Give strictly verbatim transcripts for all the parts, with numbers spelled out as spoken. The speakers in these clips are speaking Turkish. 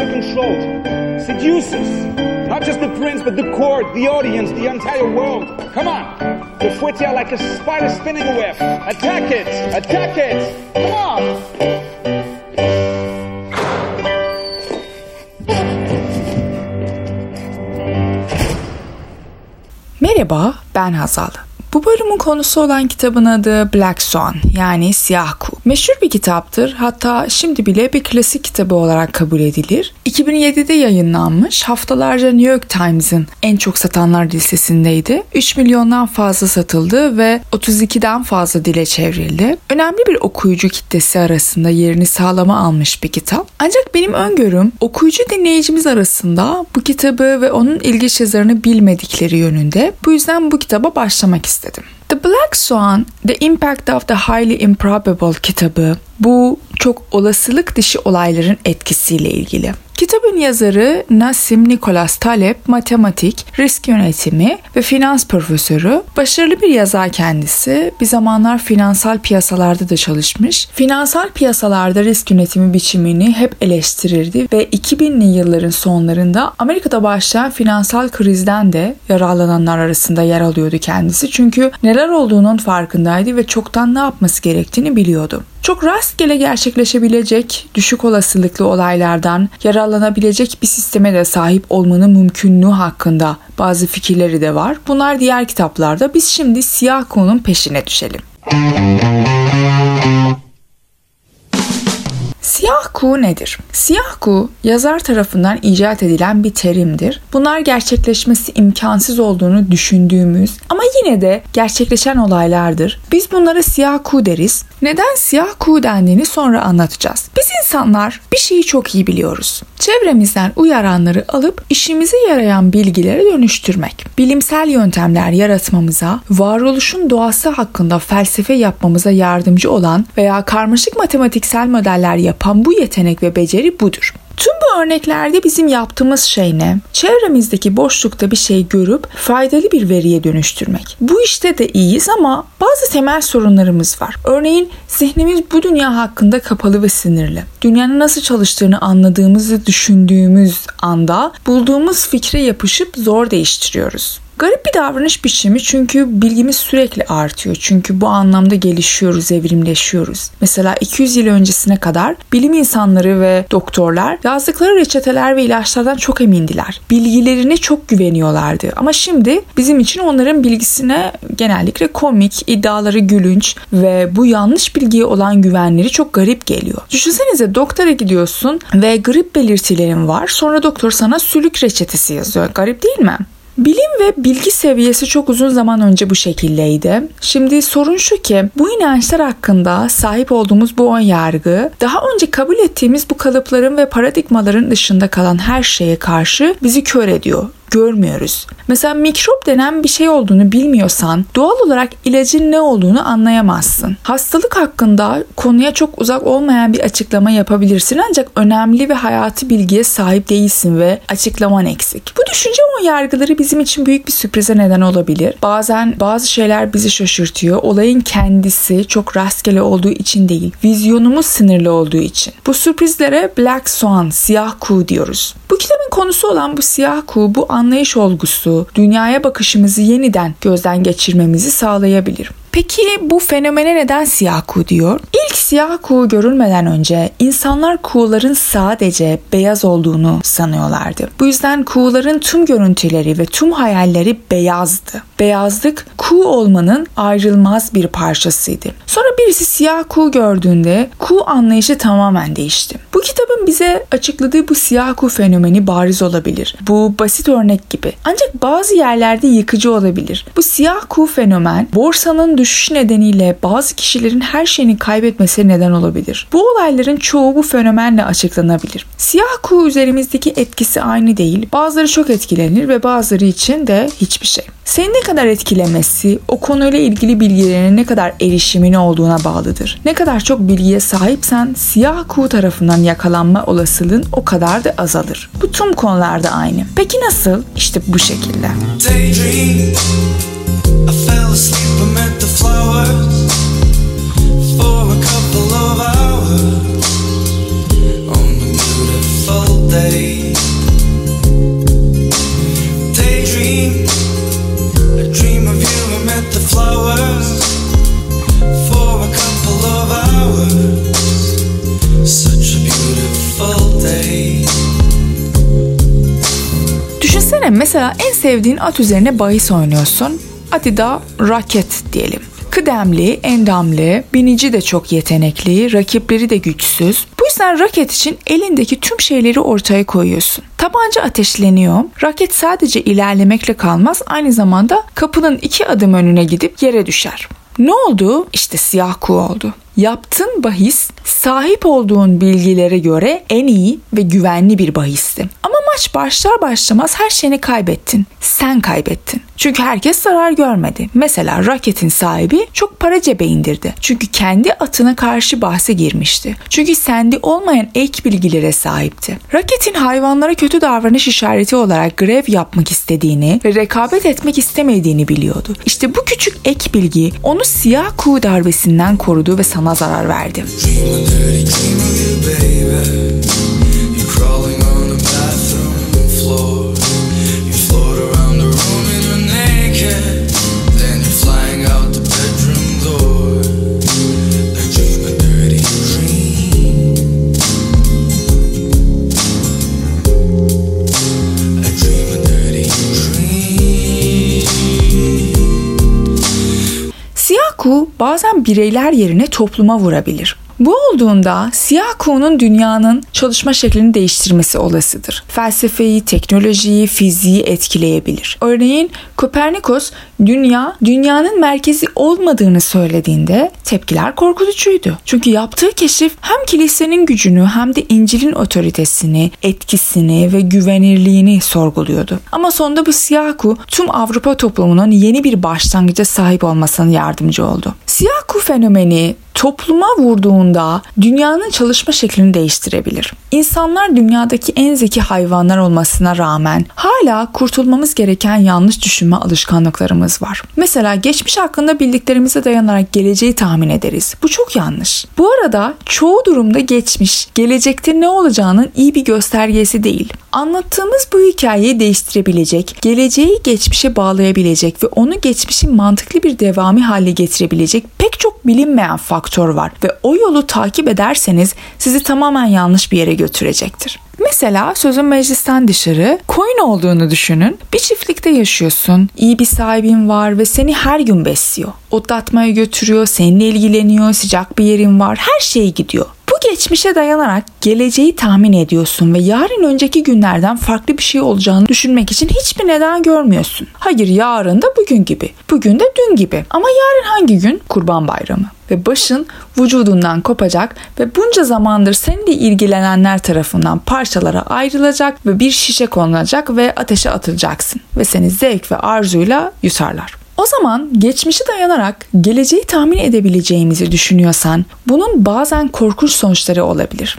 master controlled, seduces, not just the prince, but the court, the audience, the entire world. Come on, the fouettés are like a spider spinning a web. Attack it, attack it, come on. Merhaba, ben Hazal. Bu bölümün konusu olan kitabın adı Black Swan, yani Siyah Kuğu. Meşhur bir kitaptır, hatta şimdi bile bir klasik kitabı olarak kabul edilir. iki bin yedide yayınlanmış, haftalarca New York Times'ın en çok satanlar listesindeydi. üç milyondan fazla satıldı ve otuz ikiden fazla dile çevrildi. Önemli bir okuyucu kitlesi arasında yerini sağlama almış bir kitap. Ancak benim öngörüm, okuyucu dinleyicimiz arasında bu kitabı ve onun ilginç yazarını bilmedikleri yönünde. Bu yüzden bu kitaba başlamak istedim. The Black Swan, The Impact of the Highly Improbable kitabı bu çok olasılık dışı olayların etkisiyle ilgili. Kitabın yazarı Nassim Nicholas Taleb, matematik, risk yönetimi ve finans profesörü. Başarılı bir yazar kendisi. Bir zamanlar finansal piyasalarda da çalışmış. Finansal piyasalarda risk yönetimi biçimini hep eleştirirdi ve iki binli yılların sonlarında Amerika'da başlayan finansal krizden de yararlananlar arasında yer alıyordu kendisi. Çünkü neler olduğunun farkındaydı ve çoktan ne yapması gerektiğini biliyordu. Çok rastgele gerçekleşebilecek, düşük olasılıklı olaylardan yararlanabilecek bir sisteme de sahip olmanın mümkünlüğü hakkında bazı fikirleri de var. Bunlar diğer kitaplarda. Biz şimdi Siyah Kuğu'nun peşine düşelim. Siyah kuğu nedir? Siyah kuğu, yazar tarafından icat edilen bir terimdir. Bunlar gerçekleşmesi imkansız olduğunu düşündüğümüz ama yine de gerçekleşen olaylardır. Biz bunlara siyah kuğu deriz. Neden siyah kuğu dendiğini sonra anlatacağız. Biz insanlar bir şeyi çok iyi biliyoruz. Çevremizden uyaranları alıp işimize yarayan bilgilere dönüştürmek. Bilimsel yöntemler yaratmamıza, varoluşun doğası hakkında felsefe yapmamıza yardımcı olan veya karmaşık matematiksel modeller yapan bu yetenek ve beceri budur. Tüm bu örneklerde bizim yaptığımız şey ne? Çevremizdeki boşlukta bir şey görüp faydalı bir veriye dönüştürmek. Bu işte de iyiyiz ama bazı temel sorunlarımız var. Örneğin zihnimiz bu dünya hakkında kapalı ve sinirli. Dünyanın nasıl çalıştığını anladığımızı düşündüğümüz anda bulduğumuz fikre yapışıp zor değiştiriyoruz. Garip bir davranış biçimi çünkü bilgimiz sürekli artıyor. Çünkü bu anlamda gelişiyoruz, evrimleşiyoruz. Mesela iki yüz yıl öncesine kadar bilim insanları ve doktorlar yazdıkları reçeteler ve ilaçlardan çok emindiler. Bilgilerine çok güveniyorlardı. Ama şimdi bizim için onların bilgisine genellikle komik, iddiaları gülünç ve bu yanlış bilgiye olan güvenleri çok garip geliyor. Düşünsenize, doktora gidiyorsun ve grip belirtilerin var. Sonra doktor sana sülük reçetesi yazıyor. Garip değil mi? Bilim ve bilgi seviyesi çok uzun zaman önce bu şekildeydi. Şimdi sorun şu ki bu inançlar hakkında sahip olduğumuz bu ön yargı daha önce kabul ettiğimiz bu kalıpların ve paradigmaların dışında kalan her şeye karşı bizi kör ediyor. Görmüyoruz. Mesela mikrop denen bir şey olduğunu bilmiyorsan doğal olarak ilacın ne olduğunu anlayamazsın. Hastalık hakkında konuya çok uzak olmayan bir açıklama yapabilirsin ancak önemli ve hayati bilgiye sahip değilsin ve açıklaman eksik. Bu düşünce o yargıları bizim için büyük bir sürprize neden olabilir. Bazen bazı şeyler bizi şaşırtıyor. Olayın kendisi çok rastgele olduğu için değil, vizyonumuz sınırlı olduğu için. Bu sürprizlere Black Swan, Siyah Kuğu diyoruz. Bu kitabın konusu olan bu siyah kuğu, bu anlayış olgusu dünyaya bakışımızı yeniden gözden geçirmemizi sağlayabilir. Peki bu fenomene neden siyah kuğu diyor? İlk siyah kuğu görülmeden önce insanlar kuğuların sadece beyaz olduğunu sanıyorlardı. Bu yüzden kuğuların tüm görüntüleri ve tüm hayalleri beyazdı. Beyazlık kuğu olmanın ayrılmaz bir parçasıydı. Sonra birisi siyah kuğu gördüğünde kuğu anlayışı tamamen değişti. Bu kitabın bize açıkladığı bu siyah kuğu fenomeni bariz olabilir. Bu basit örnek gibi. Ancak bazı yerlerde yıkıcı olabilir. Bu siyah kuğu fenomen borsanın düşüş nedeniyle bazı kişilerin her şeyini kaybetmesine neden olabilir. Bu olayların çoğu bu fenomenle açıklanabilir. Siyah kuğu üzerimizdeki etkisi aynı değil. Bazıları çok etkilenir ve bazıları için de hiçbir şey. Seni ne kadar etkilemesi, o konuyla ilgili bilgilerine ne kadar erişimin olduğuna bağlıdır. Ne kadar çok bilgiye sahipsen siyah kuğu tarafından yakalanma olasılığın o kadar da azalır. Bu tüm konularda aynı. Peki nasıl? İşte bu şekilde. Daydream, I fell asleep amid the flowers for a couple of hours on a beautiful day. Mesela en sevdiğin at üzerine bahis oynuyorsun. Hadi da raket diyelim. Kıdemli, endamlı, binici de çok yetenekli, rakipleri de güçsüz. Bu yüzden raket için elindeki tüm şeyleri ortaya koyuyorsun. Tabanca ateşleniyor. Raket sadece ilerlemekle kalmaz, aynı zamanda kapının iki adım önüne gidip yere düşer. Ne oldu? İşte siyah kuğu oldu. Yaptığın bahis sahip olduğun bilgilere göre en iyi ve güvenli bir bahisti. Ama maç başlar başlamaz her şeyini kaybettin. Sen kaybettin. Çünkü herkes zarar görmedi. Mesela raketin sahibi çok para cebe indirdi. Çünkü kendi atına karşı bahse girmişti. Çünkü sende olmayan ek bilgilere sahipti. Raketin hayvanlara kötü davranış işareti olarak grev yapmak istediğini ve rekabet etmek istemediğini biliyordu. İşte bu küçük ek bilgi onu siyah kuğu darbesinden korudu ve sana zarar verdi. Siyah kuğu bazen bireyler yerine topluma vurabilir. Bu olduğunda siyah kuğunun dünyanın çalışma şeklini değiştirmesi olasıdır. Felsefeyi, teknolojiyi, fiziği etkileyebilir. Örneğin Kopernikus dünya dünyanın merkezi olmadığını söylediğinde tepkiler korkutucuydu. Çünkü yaptığı keşif hem kilisenin gücünü hem de İncil'in otoritesini, etkisini ve güvenirliğini sorguluyordu. Ama sonunda bu siyah kuğu tüm Avrupa toplumunun yeni bir başlangıca sahip olmasına yardımcı oldu. Siyah kuğu fenomeni topluma vurduğunda dünyanın çalışma şeklini değiştirebilir. İnsanlar dünyadaki en zeki hayvanlar olmasına rağmen hala kurtulmamız gereken yanlış düşünme alışkanlıklarımız var. Mesela geçmiş hakkında bildiklerimize dayanarak geleceği tahmin ederiz. Bu çok yanlış. Bu arada çoğu durumda geçmiş, gelecekte ne olacağının iyi bir göstergesi değil. Anlattığımız bu hikayeyi değiştirebilecek, geleceği geçmişe bağlayabilecek ve onu geçmişin mantıklı bir devamı haline getirebilecek pek çok bilinmeyen faktör var ve o yolu takip ederseniz sizi tamamen yanlış bir yere götürecektir. Mesela sözün meclisten dışarı koyun olduğunu düşünün. Bir çiftlikte yaşıyorsun, iyi bir sahibin var ve seni her gün besliyor. Otlatmaya götürüyor, seninle ilgileniyor, sıcak bir yerin var, her şey gidiyor. Bu geçmişe dayanarak geleceği tahmin ediyorsun ve yarın önceki günlerden farklı bir şey olacağını düşünmek için hiçbir neden görmüyorsun. Hayır, yarın da bugün gibi, bugün de dün gibi. Ama yarın hangi gün? Kurban Bayramı. Ve başın vücudundan kopacak ve bunca zamandır seninle ilgilenenler tarafından parçalara ayrılacak ve bir şişe konulacak ve ateşe atılacaksın. Ve seni zevk ve arzuyla yutarlar. O zaman geçmişe dayanarak geleceği tahmin edebileceğimizi düşünüyorsan bunun bazen korkunç sonuçları olabilir.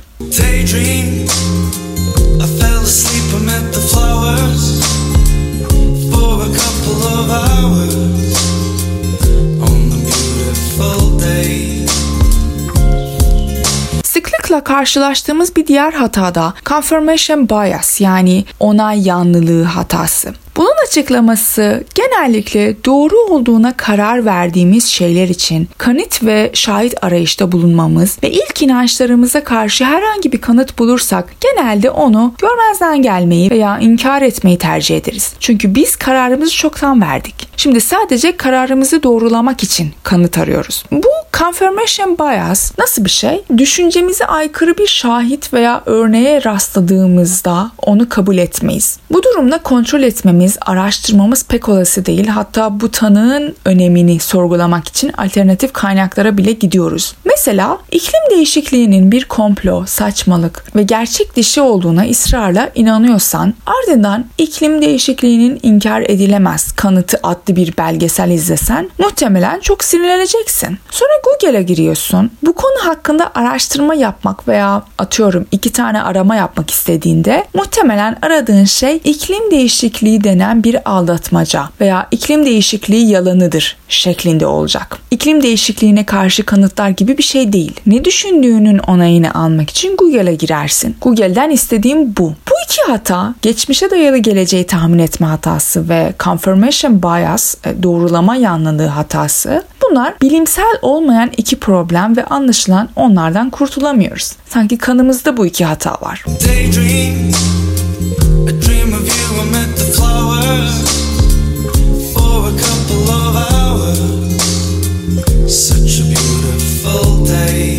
Sıklıkla karşılaştığımız bir diğer hata da confirmation bias, yani onay yanlılığı hatası. Bunun açıklaması genellikle doğru olduğuna karar verdiğimiz şeyler için kanıt ve şahit arayışta bulunmamız ve ilk inançlarımıza karşı herhangi bir kanıt bulursak genelde onu görmezden gelmeyi veya inkar etmeyi tercih ederiz. Çünkü biz kararımızı çoktan verdik. Şimdi sadece kararımızı doğrulamak için kanıt arıyoruz. Bu confirmation bias nasıl bir şey? Düşüncemize aykırı bir şahit veya örneğe rastladığımızda onu kabul etmeyiz. Bu durumda kontrol etmemiz, araştırmamız pek olası değil. Hatta bu tanığın önemini sorgulamak için alternatif kaynaklara bile gidiyoruz. Mesela iklim değişikliğinin bir komplo, saçmalık ve gerçek dışı olduğuna ısrarla inanıyorsan, ardından iklim değişikliğinin inkar edilemez kanıtı adlı bir belgesel izlesen muhtemelen çok sinirleneceksin. Sonra Google'a giriyorsun. Bu konu hakkında araştırma yapmak veya atıyorum iki tane arama yapmak istediğinde muhtemelen aradığın şey iklim değişikliği denen bir aldatmaca veya iklim değişikliği yalanıdır şeklinde olacak. İklim değişikliğine karşı kanıtlar gibi bir şey değil. Ne düşündüğünün onayını almak için Google'a girersin. Google'den istediğim bu. Bu iki hata, geçmişe dayalı geleceği tahmin etme hatası ve confirmation bias, doğrulama yanlılığı hatası, bunlar bilimsel olmayan iki problem ve anlaşılan onlardan kurtulamıyoruz. Sanki kanımızda bu iki hata var. Daydream, a dream of you, I'm at the flower. flowers for a couple of hours. Such a beautiful day.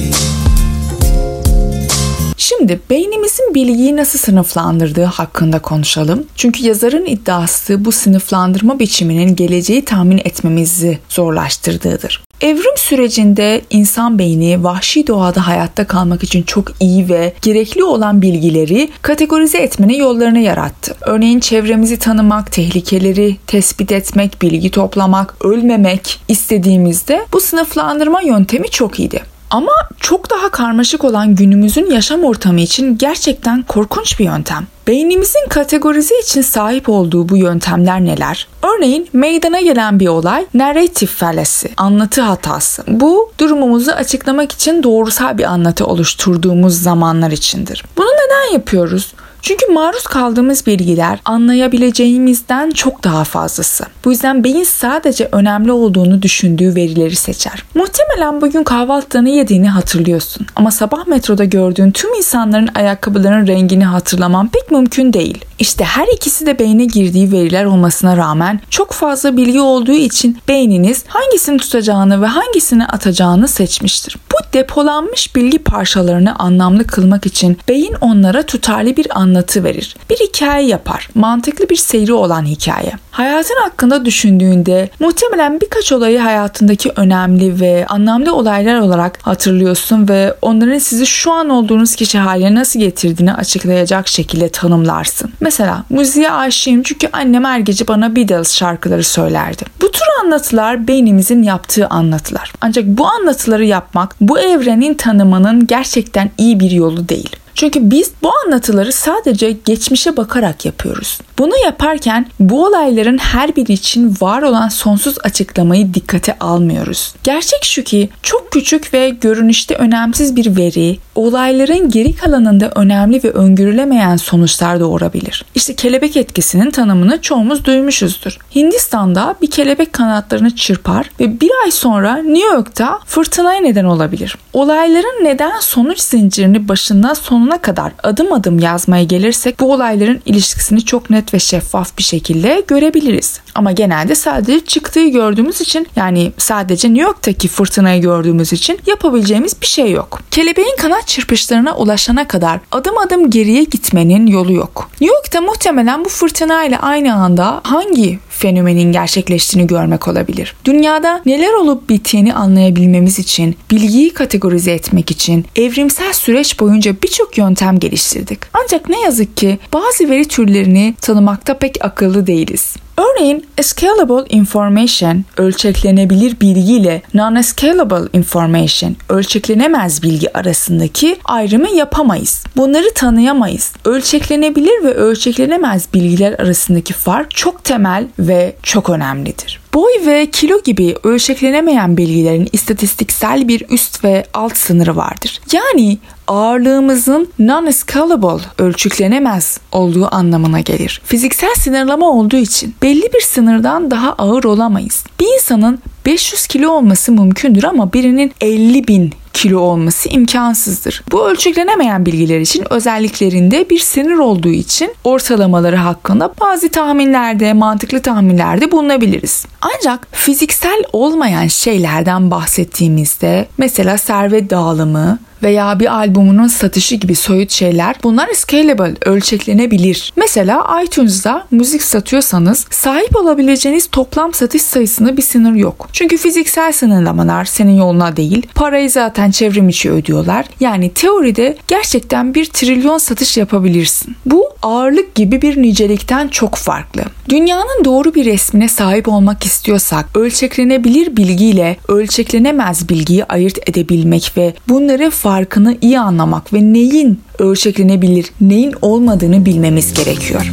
Şimdi beynimizin bilgiyi nasıl sınıflandırdığı hakkında konuşalım. Çünkü yazarın iddiası bu sınıflandırma biçiminin geleceği tahmin etmemizi zorlaştırdığıdır. Evrim sürecinde insan beyni vahşi doğada hayatta kalmak için çok iyi ve gerekli olan bilgileri kategorize etmenin yollarını yarattı. Örneğin çevremizi tanımak, tehlikeleri tespit etmek, bilgi toplamak, ölmemek istediğimizde bu sınıflandırma yöntemi çok iyiydi. Ama çok daha karmaşık olan günümüzün yaşam ortamı için gerçekten korkunç bir yöntem. Beynimizin kategorize için sahip olduğu bu yöntemler neler? Örneğin meydana gelen bir olay narrative fallacy, anlatı hatası. Bu durumumuzu açıklamak için doğrusal bir anlatı oluşturduğumuz zamanlar içindir. Bunu neden yapıyoruz? Çünkü maruz kaldığımız bilgiler anlayabileceğimizden çok daha fazlası. Bu yüzden beyin sadece önemli olduğunu düşündüğü verileri seçer. Muhtemelen bugün kahvaltıda ne yediğini hatırlıyorsun. Ama sabah metroda gördüğün tüm insanların ayakkabılarının rengini hatırlaman pek mümkün değil. İşte her ikisi de beyne girdiği veriler olmasına rağmen çok fazla bilgi olduğu için beyniniz hangisini tutacağını ve hangisini atacağını seçmiştir. Bu depolanmış bilgi parçalarını anlamlı kılmak için beyin onlara tutarlı bir anlatı verir. Bir hikaye yapar. Mantıklı bir seyri olan hikaye. Hayatın hakkında düşündüğünde muhtemelen birkaç olayı hayatındaki önemli ve anlamlı olaylar olarak hatırlıyorsun ve onların sizi şu an olduğunuz kişi haline nasıl getirdiğini açıklayacak şekilde tanımlarsın. Mesela müziğe aşığım çünkü annem her gece bana Beatles şarkıları söylerdi. Bu tür anlatılar beynimizin yaptığı anlatılar. Ancak bu anlatıları yapmak bu evrenin tanımının gerçekten iyi bir yolu değil. Çünkü biz bu anlatıları sadece geçmişe bakarak yapıyoruz. Bunu yaparken bu olayların her biri için var olan sonsuz açıklamayı dikkate almıyoruz. Gerçek şu ki çok küçük ve görünüşte önemsiz bir veri, olayların geri kalanında önemli ve öngörülemeyen sonuçlar doğurabilir. İşte kelebek etkisinin tanımını çoğumuz duymuşuzdur. Hindistan'da bir kelebek kanatlarını çırpar ve bir ay sonra New York'ta fırtınaya neden olabilir. Olayların neden sonuç zincirini başından sonuna kadar adım adım yazmaya gelirsek bu olayların ilişkisini çok net ve şeffaf bir şekilde görebiliriz. Ama genelde sadece çıktığı gördüğümüz için, yani sadece New York'taki fırtınayı gördüğümüz için yapabileceğimiz bir şey yok. Kelebeğin kanat çırpışlarına ulaşana kadar adım adım geriye gitmenin yolu yok. New York'ta muhtemelen bu fırtınayla aynı anda hangi fenomenin gerçekleştiğini görmek olabilir. Dünyada neler olup bittiğini anlayabilmemiz için, bilgiyi kategorize etmek için evrimsel süreç boyunca birçok yöntem geliştirdik. Ancak ne yazık ki bazı veri türlerini tanımakta pek akıllı değiliz. Örneğin scalable information, ölçeklenebilir bilgi ile non-scalable information, ölçeklenemez bilgi arasındaki ayrımı yapamayız. Bunları tanıyamayız. Ölçeklenebilir ve ölçeklenemez bilgiler arasındaki fark çok temel ve çok önemlidir. Boy ve kilo gibi ölçeklenemeyen bilgilerin istatistiksel bir üst ve alt sınırı vardır. Yani ağırlığımızın non-scalable, ölçeklenemez olduğu anlamına gelir. Fiziksel sınırlama olduğu için belli bir sınırdan daha ağır olamayız. Bir insanın beş yüz kilo olması mümkündür ama birinin elli bin kilo olması imkansızdır. Bu ölçeklenemeyen bilgiler için özelliklerinde bir sınır olduğu için ortalamaları hakkında bazı tahminlerde, mantıklı tahminlerde bulunabiliriz. Ancak fiziksel olmayan şeylerden bahsettiğimizde, mesela servet dağılımı veya bir albumunun satışı gibi soyut şeyler, bunlar scalable, ölçeklenebilir. Mesela iTunes'da müzik satıyorsanız sahip olabileceğiniz toplam satış sayısında bir sınır yok. Çünkü fiziksel sınırlamalar senin yoluna değil, parayı zaten çevrim içi ödüyorlar. Yani teoride gerçekten bir trilyon satış yapabilirsin. Bu ağırlık gibi bir nicelikten çok farklı. Dünyanın doğru bir resmine sahip olmak istiyorsak, ölçeklenebilir bilgiyle ölçeklenemez bilgiyi ayırt edebilmek ve bunları farkını iyi anlamak ve neyin ölçeklenebilir, neyin olmadığını bilmemiz gerekiyor.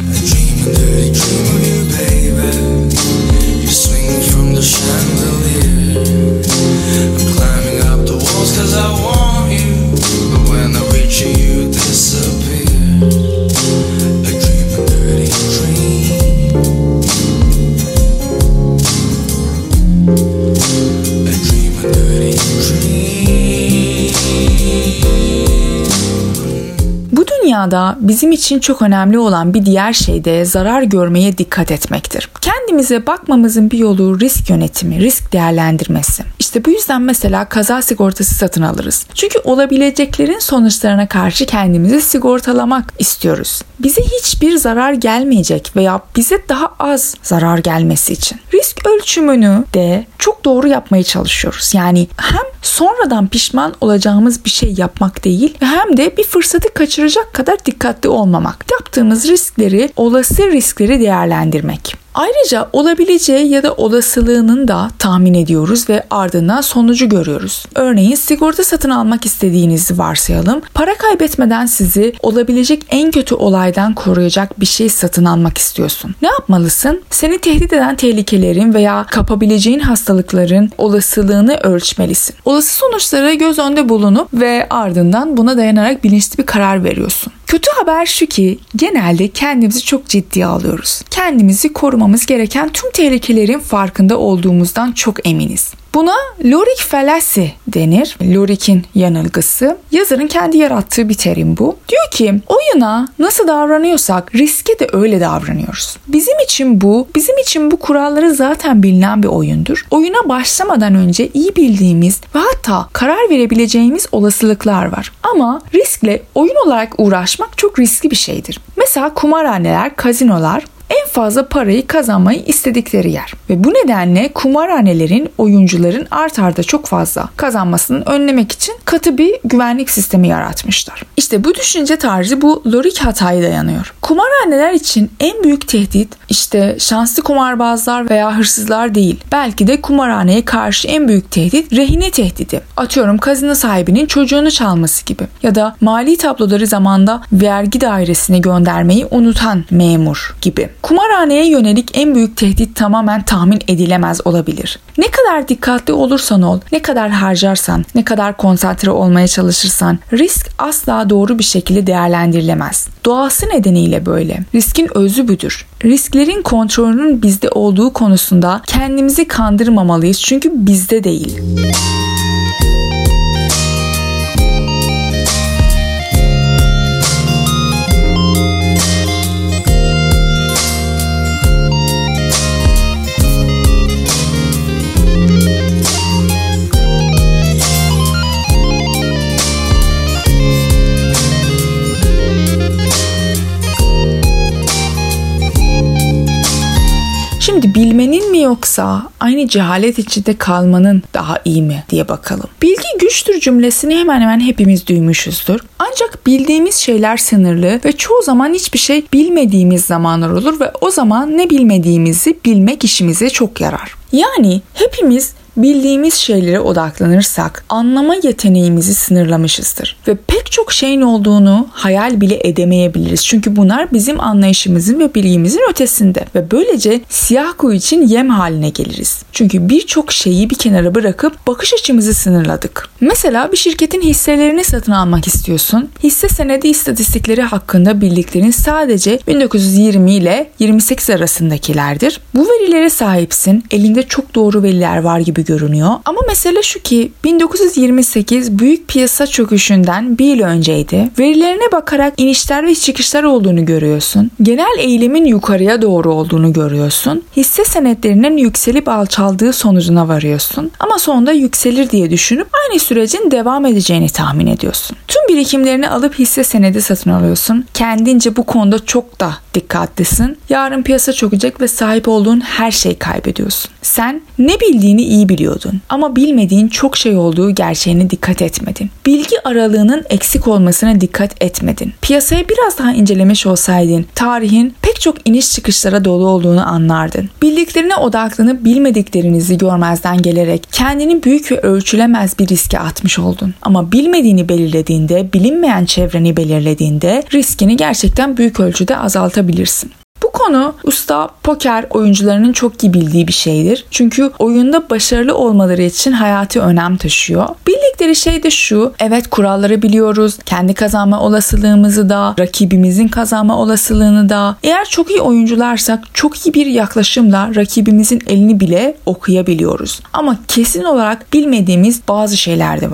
dünyada bizim için çok önemli olan bir diğer şey de zarar görmeye dikkat etmektir. Kendimize bakmamızın bir yolu risk yönetimi, risk değerlendirmesi. İşte bu yüzden mesela kaza sigortası satın alırız. Çünkü olabileceklerin sonuçlarına karşı kendimizi sigortalamak istiyoruz. Bize hiçbir zarar gelmeyecek veya bize daha az zarar gelmesi için. Risk ölçümünü de çok doğru yapmaya çalışıyoruz. Yani hem sonradan pişman olacağımız bir şey yapmak değil ve hem de bir fırsatı kaçıracak kadar dikkatli olmamak. Yaptığımız riskleri, olası riskleri değerlendirmek. Ayrıca olabileceği ya da olasılığının da tahmin ediyoruz ve ardından sonucu görüyoruz. Örneğin sigorta satın almak istediğinizi varsayalım. Para kaybetmeden sizi olabilecek en kötü olaydan koruyacak bir şey satın almak istiyorsun. Ne yapmalısın? Seni tehdit eden tehlikelerin veya kapabileceğin hastalıkların olasılığını ölçmelisin. Olası sonuçları göz önünde bulunup ve ardından buna dayanarak bilinçli bir karar veriyorsun. Kötü haber şu ki genelde kendimizi çok ciddiye alıyoruz. Kendimizi korumamız gereken tüm tehlikelerin farkında olduğumuzdan çok eminiz. Buna Lorik fallacy denir. Lorik'in yanılgısı. Yazarın kendi yarattığı bir terim bu. Diyor ki oyuna nasıl davranıyorsak riske de öyle davranıyoruz. Bizim için bu, bizim için bu kuralları zaten bilinen bir oyundur. Oyuna başlamadan önce iyi bildiğimiz ve hatta karar verebileceğimiz olasılıklar var. Ama riskle oyun olarak uğraşmak çok riskli bir şeydir. Mesela kumarhaneler, kazinolar en fazla parayı kazanmayı istedikleri yer. Ve bu nedenle kumarhanelerin oyuncuların art arda çok fazla kazanmasını önlemek için katı bir güvenlik sistemi yaratmışlar. İşte bu düşünce tarzı bu Lorik hataya dayanıyor. Kumarhaneler için en büyük tehdit işte şanslı kumarbazlar veya hırsızlar değil. Belki de kumarhaneye karşı en büyük tehdit rehine tehdidi. Atıyorum kazino sahibinin çocuğunu çalması gibi. Ya da mali tabloları zamanında vergi dairesine göndermeyi unutan memur gibi. Kumarhaneye yönelik en büyük tehdit tamamen tahmin edilemez olabilir. Ne kadar dikkatli olursan ol, ne kadar harcarsan, ne kadar konsantre olmaya çalışırsan risk asla doğru bir şekilde değerlendirilemez. Doğası nedeniyle böyle. Riskin özü budur. Risklerin kontrolünün bizde olduğu konusunda kendimizi kandırmamalıyız çünkü bizde değil. Şimdi bilmenin mi yoksa aynı cehalet içinde kalmanın daha iyi mi diye bakalım. Bilgi güçtür cümlesini hemen hemen hepimiz duymuşuzdur. Ancak bildiğimiz şeyler sınırlı ve çoğu zaman hiçbir şey bilmediğimiz zamanlar olur ve o zaman ne bilmediğimizi bilmek işimize çok yarar. Yani hepimiz bildiğimiz şeylere odaklanırsak anlama yeteneğimizi sınırlamışızdır. Ve pek çok şeyin olduğunu hayal bile edemeyebiliriz. Çünkü bunlar bizim anlayışımızın ve bilgimizin ötesinde. Ve böylece siyah kuyu için yem haline geliriz. Çünkü birçok şeyi bir kenara bırakıp bakış açımızı sınırladık. Mesela bir şirketin hisselerini satın almak istiyorsun. Hisse senedi istatistikleri hakkında bildiklerin sadece bin dokuz yüz yirmi ile yirmi sekiz arasındakilerdir. Bu verilere sahipsin. Elinde çok doğru veriler var gibi görünüyor. Ama mesele şu ki bin dokuz yüz yirmi sekiz büyük piyasa çöküşünden bir yıl önceydi. Verilerine bakarak inişler ve çıkışlar olduğunu görüyorsun. Genel eğilimin yukarıya doğru olduğunu görüyorsun. Hisse senetlerinin yükselip alçaldığı sonucuna varıyorsun. Ama sonunda yükselir diye düşünüp aynı sürecin devam edeceğini tahmin ediyorsun. Tüm birikimlerini alıp hisse senedi satın alıyorsun. Kendince bu konuda çok da dikkatlisin. Yarın piyasa çökecek ve sahip olduğun her şeyi kaybediyorsun. Sen ne bildiğini iyi biliyordun ama bilmediğin çok şey olduğu gerçeğine dikkat etmedin. Bilgi aralığının eksik olmasına dikkat etmedin. Piyasayı biraz daha incelemiş olsaydın tarihin pek çok iniş çıkışlara dolu olduğunu anlardın. Bildiklerine odaklanıp bilmediklerinizi görmezden gelerek kendini büyük ve ölçülemez bir riske atmış oldun. Ama bilmediğini belirlediğinde, bilinmeyen çevreni belirlediğinde riskini gerçekten büyük ölçüde azaltabilirsin. Bu konu usta poker oyuncularının çok iyi bildiği bir şeydir. Çünkü oyunda başarılı olmaları için hayati önem taşıyor. Bildikleri şey de şu: evet, kuralları biliyoruz. Kendi kazanma olasılığımızı da, rakibimizin kazanma olasılığını da. Eğer çok iyi oyuncularsak çok iyi bir yaklaşımla rakibimizin elini bile okuyabiliyoruz. Ama kesin olarak bilmediğimiz bazı şeyler de var.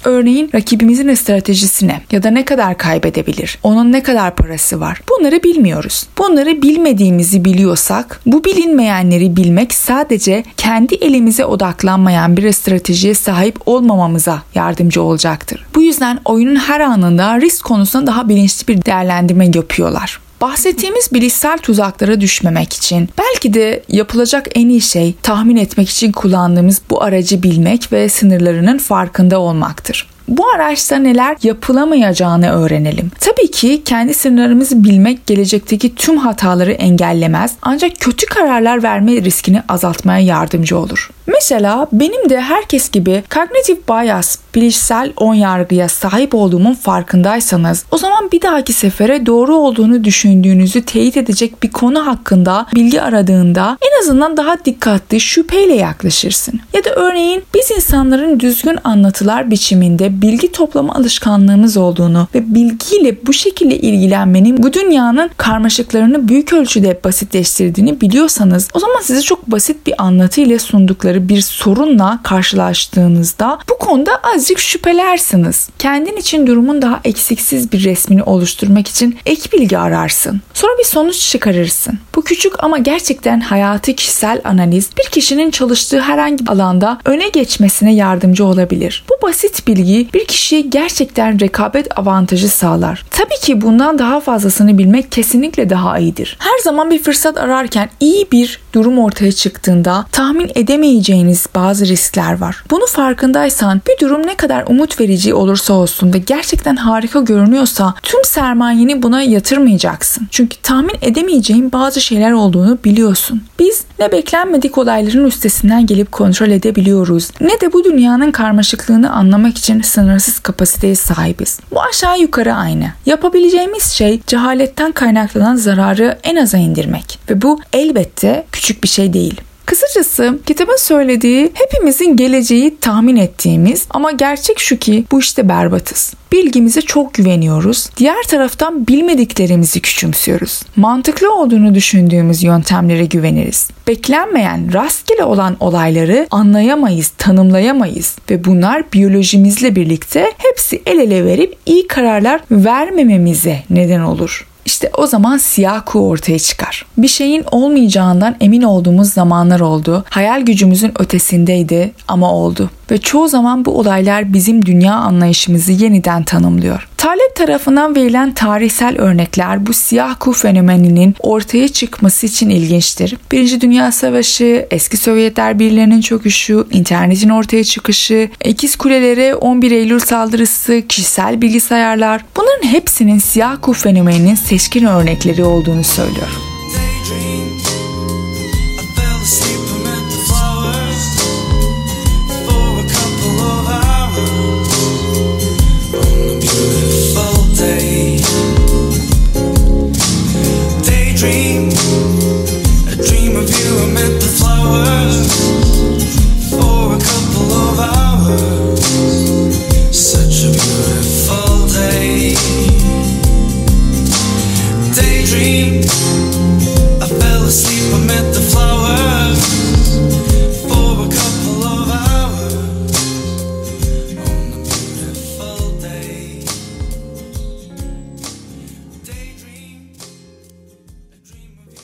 Örneğin rakibimizin stratejisi ne? Ya da ne kadar kaybedebilir? Onun ne kadar parası var? Bunları bilmiyoruz. Bunları bilmediğimizi biliyorsak, bu bilinmeyenleri bilmek sadece kendi elimize odaklanmayan bir stratejiye sahip olmamamıza yardımcı olacaktır. Bu yüzden oyunun her anında risk konusunda daha bilinçli bir değerlendirme yapıyorlar. Bahsettiğimiz bilişsel tuzaklara düşmemek için belki de yapılacak en iyi şey tahmin etmek için kullandığımız bu aracı bilmek ve sınırlarının farkında olmaktır. Bu araçta neler yapılamayacağını öğrenelim. Tabii ki kendi sınırlarımızı bilmek gelecekteki tüm hataları engellemez, ancak kötü kararlar verme riskini azaltmaya yardımcı olur. Mesela benim de herkes gibi cognitive bias, bilişsel önyargıya sahip olduğumun farkındaysanız, o zaman bir dahaki sefere doğru olduğunu düşündüğünüzü teyit edecek bir konu hakkında bilgi aradığında en azından daha dikkatli, şüpheyle yaklaşırsın. Ya da örneğin biz insanların düzgün anlatılar biçiminde bilgi toplama alışkanlığımız olduğunu ve bilgiyle bu şekilde ilgilenmenin bu dünyanın karmaşıklarını büyük ölçüde basitleştirdiğini biliyorsanız, o zaman size çok basit bir anlatı ile sundukları bir sorunla karşılaştığınızda bu konuda azıcık şüphelersiniz. Kendin için durumun daha eksiksiz bir resmini oluşturmak için ek bilgi ararsın. Sonra bir sonuç çıkarırsın. Bu küçük ama gerçekten hayatı kişisel analiz bir kişinin çalıştığı herhangi bir alanda öne geçmesine yardımcı olabilir. Bu basit bilgi bir kişiye gerçekten rekabet avantajı sağlar. Tabii ki bundan daha fazlasını bilmek kesinlikle daha iyidir. Her zaman bir fırsat ararken iyi bir durum ortaya çıktığında tahmin edemeyeceğiniz bazı riskler var. Bunu farkındaysan bir durum ne kadar umut verici olursa olsun ve gerçekten harika görünüyorsa tüm sermayeni buna yatırmayacaksın. Çünkü tahmin edemeyeceğin bazı şeyler olduğunu biliyorsun. Biz ne beklenmedik olayların üstesinden gelip kontrol edebiliyoruz, ne de bu dünyanın karmaşıklığını anlamak için sınırsız kapasiteye sahibiz. Bu aşağı yukarı aynı. Yapabileceğimiz şey cehaletten kaynaklanan zararı en aza indirmek. Ve bu elbette küçük bir şey değil. Kısacası kitabın söylediği hepimizin geleceği tahmin ettiğimiz ama gerçek şu ki bu işte berbatız. Bilgimize çok güveniyoruz. Diğer taraftan bilmediklerimizi küçümsüyoruz. Mantıklı olduğunu düşündüğümüz yöntemlere güveniriz. Beklenmeyen, rastgele olan olayları anlayamayız, tanımlayamayız ve bunlar biyolojimizle birlikte hepsi el ele verip iyi kararlar vermememize neden olur. İşte o zaman siyah kuğu ortaya çıkar. Bir şeyin olmayacağından emin olduğumuz zamanlar oldu. Hayal gücümüzün ötesindeydi ama oldu. Ve çoğu zaman bu olaylar bizim dünya anlayışımızı yeniden tanımlıyor. Taleb tarafından verilen tarihsel örnekler bu siyah kuğu fenomeninin ortaya çıkması için ilginçtir. Birinci Dünya Savaşı, eski Sovyetler Birliği'nin çöküşü, internetin ortaya çıkışı, İkiz Kuleleri, on bir Eylül saldırısı, kişisel bilgisayarlar, bunların hepsinin siyah kuğu fenomeninin seçkin örnekleri olduğunu söylüyor.